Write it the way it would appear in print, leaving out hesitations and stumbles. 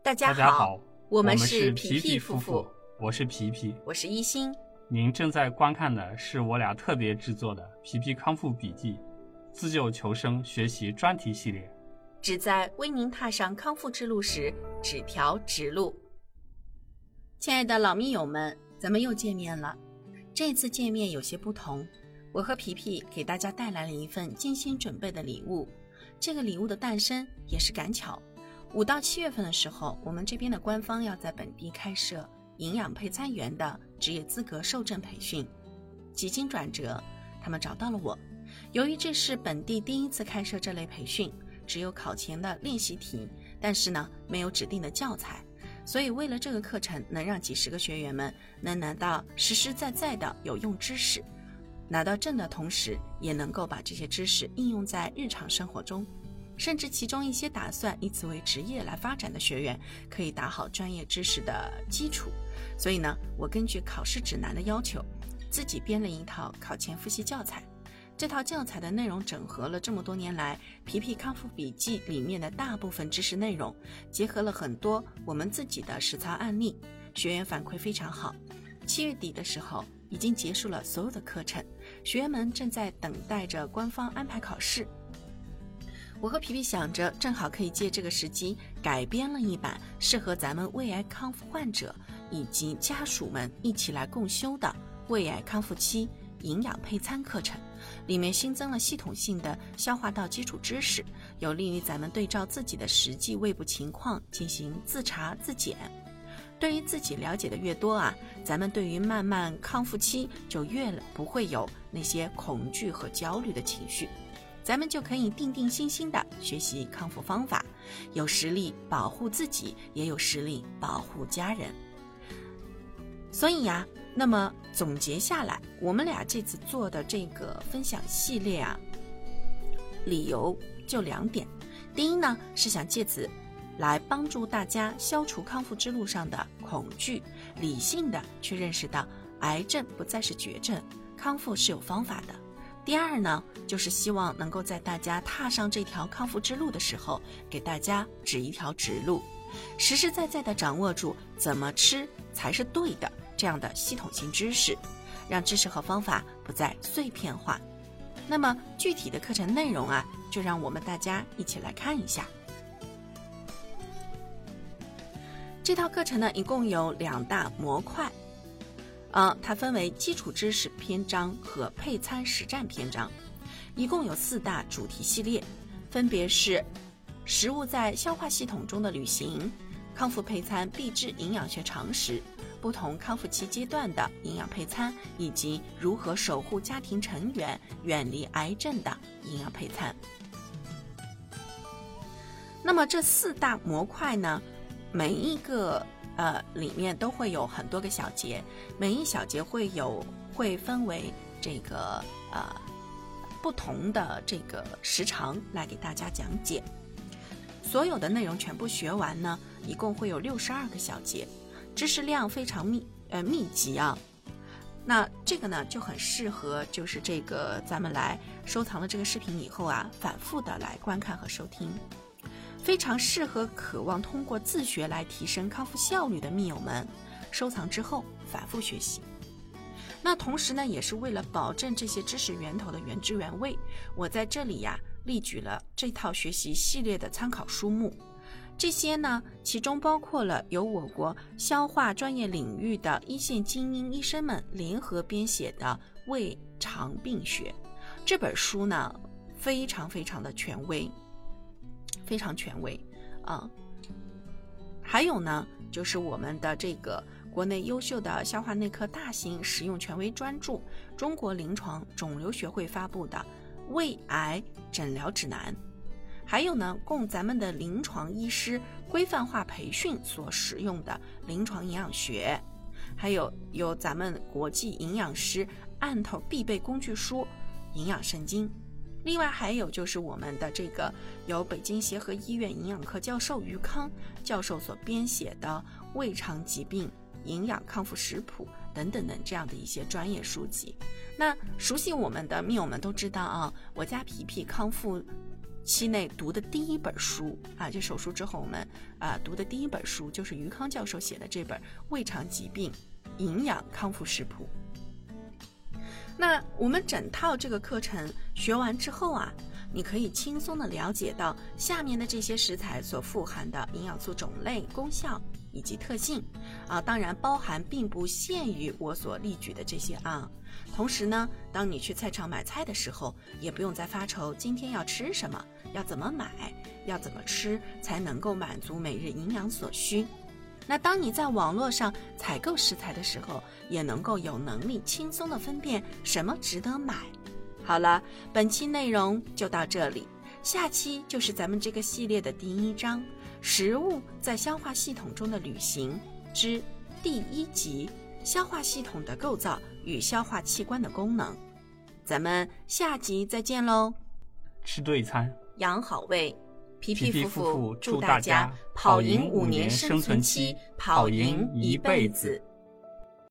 大家好，我们是皮皮夫妇， 我是皮皮， 我是一心。 您正在观看的是我俩特别制作的皮皮康复笔记自救求生学习专题系列， 旨在为您踏上康复之路时指条直路。亲爱的老密友们，咱们又见面了。这次见面有些不同，我和皮皮给大家带来了一份精心准备的礼物。这个礼物的诞生也是赶巧，5到7月份的时候，我们这边的官方要在本地开设营养配餐员的职业资格受证培训。几经转折，他们找到了我。由于这是本地第一次开设这类培训，只有考前的练习题，但是呢，没有指定的教材，所以为了这个课程能让几十个学员们能拿到实实在在的有用知识，拿到证的同时，也能够把这些知识应用在日常生活中，甚至其中一些打算以此为职业来发展的学员，可以打好专业知识的基础。所以呢，我根据考试指南的要求，自己编了一套考前复习教材。这套教材的内容整合了这么多年来皮皮康复笔记里面的大部分知识内容，结合了很多我们自己的实操案例，学员反馈非常好。7月底的时候已经结束了所有的课程，学员们正在等待着官方安排考试。我和皮皮想着，正好可以借这个时机改编了一版适合咱们胃癌康复患者以及家属们一起来共修的胃癌康复期营养配餐课程，里面新增了系统性的消化道基础知识，有利于咱们对照自己的实际胃部情况进行自查自检。对于自己了解的越多啊，咱们对于慢慢康复期就越不会有那些恐惧和焦虑的情绪，咱们就可以定定心心的学习康复方法，有实力保护自己，也有实力保护家人。所以呀，那么总结下来，我们俩这次做的这个分享系列啊，理由就2点。第一呢，是想借此来帮助大家消除康复之路上的恐惧，理性的去认识到癌症不再是绝症，康复是有方法的。第二呢，就是希望能够在大家踏上这条康复之路的时候，给大家指一条直路，实实在在的掌握住怎么吃才是对的这样的系统性知识，让知识和方法不再碎片化。那么具体的课程内容啊，就让我们大家一起来看一下。这套课程呢，一共有2大模块，它分为基础知识篇章和配餐实战篇章，一共有4大主题系列，分别是食物在消化系统中的旅行、康复配餐必知营养学常识、不同康复期阶段的营养配餐，以及如何守护家庭成员远离癌症的营养配餐。那么这4大模块呢，每一个里面都会有很多个小节，每一小节会分为这个不同的这个时长来给大家讲解。所有的内容全部学完呢，一共会有62个小节，知识量非常密集啊。那这个呢就很适合就是这个咱们来收藏了这个视频以后啊，反复的来观看和收听，非常适合渴望通过自学来提升康复效率的密友们收藏之后反复学习。那同时呢，也是为了保证这些知识源头的原汁原味，我在这里呀例举了这套学习系列的参考书目。这些呢，其中包括了由我国消化专业领域的一线精英医生们联合编写的《胃肠病学》这本书呢，非常非常的权威，非常权威啊。还有呢，就是我们的这个国内优秀的消化内科大型实用权威专著，中国临床肿瘤学会发布的《胃癌诊疗指南》。还有呢，供咱们的临床医师规范化培训所使用的临床营养学，还有由咱们国际营养师案头必备工具书《营养圣经》。另外还有就是我们的这个由北京协和医院营养科教授于康教授所编写的《胃肠疾病营养康复食谱》等等等这样的一些专业书籍。那熟悉我们的密友们都知道啊，我家皮皮康复期内读的第一本书啊，这手术之后我们读的第一本书就是于康教授写的这本《胃肠疾病营养康复食谱》。那我们整套这个课程学完之后啊，你可以轻松地了解到下面的这些食材所富含的营养素种类、功效以及特性啊，当然包含并不限于我所例举的这些啊。同时呢，当你去菜场买菜的时候，也不用再发愁今天要吃什么，要怎么买，要怎么吃才能够满足每日营养所需。那当你在网络上采购食材的时候，也能够有能力轻松地分辨什么值得买。好了，本期内容就到这里，下期就是咱们这个系列的第1章，食物在消化系统中的旅行之第1集，消化系统的构造与消化器官的功能。咱们下集再见喽！ 吃对餐， 养好胃。皮皮夫夫妇祝祝大家家跑跑赢5 赢5年年生生存期存期， 跑跑赢赢一一辈辈子子。